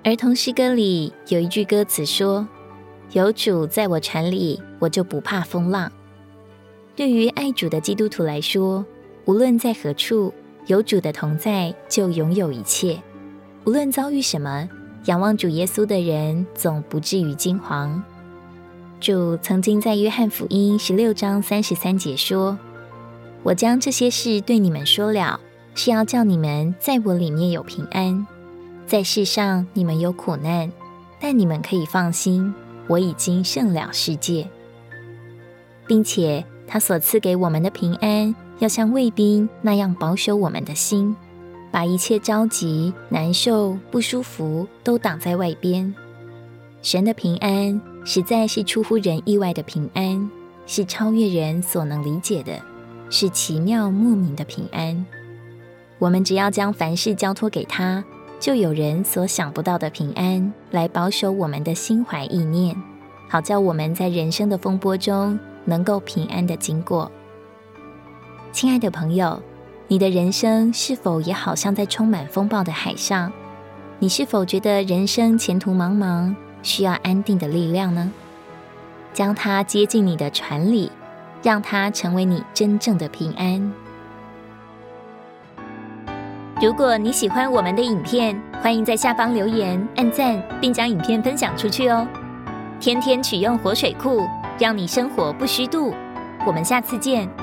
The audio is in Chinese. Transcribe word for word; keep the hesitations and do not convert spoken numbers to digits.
儿童诗歌里有一句歌词说，有主在我船里，我就不怕风浪。对于爱主的基督徒来说，无论在何处，有主的同在就拥有一切。无论遭遇什么，仰望主耶稣的人总不至于惊惶。主曾经在约翰福音十六章三十三节说，我将这些事对你们说了，是要叫你们在我里面有平安。在世上你们有苦难，但你们可以放心，我已经胜了世界。并且他所赐给我们的平安，要像卫兵那样保守我们的心，把一切着急、难受、不舒服都挡在外边。神的平安实在是出乎人意外的平安，是超越人所能理解的，是奇妙莫名的平安。我们只要将凡事交托给他，就有人所想不到的平安来保守我们的心怀意念，好叫我们在人生的风波中能够平安的经过。亲爱的朋友，你的人生是否也好像在充满风暴的海上？你是否觉得人生前途茫茫，需要安定的力量呢？将它接进你的船里，让它成为你真正的平安。如果你喜欢我们的影片，欢迎在下方留言、按赞，并将影片分享出去哦。天天取用活水库，让你生活不虚度。我们下次见。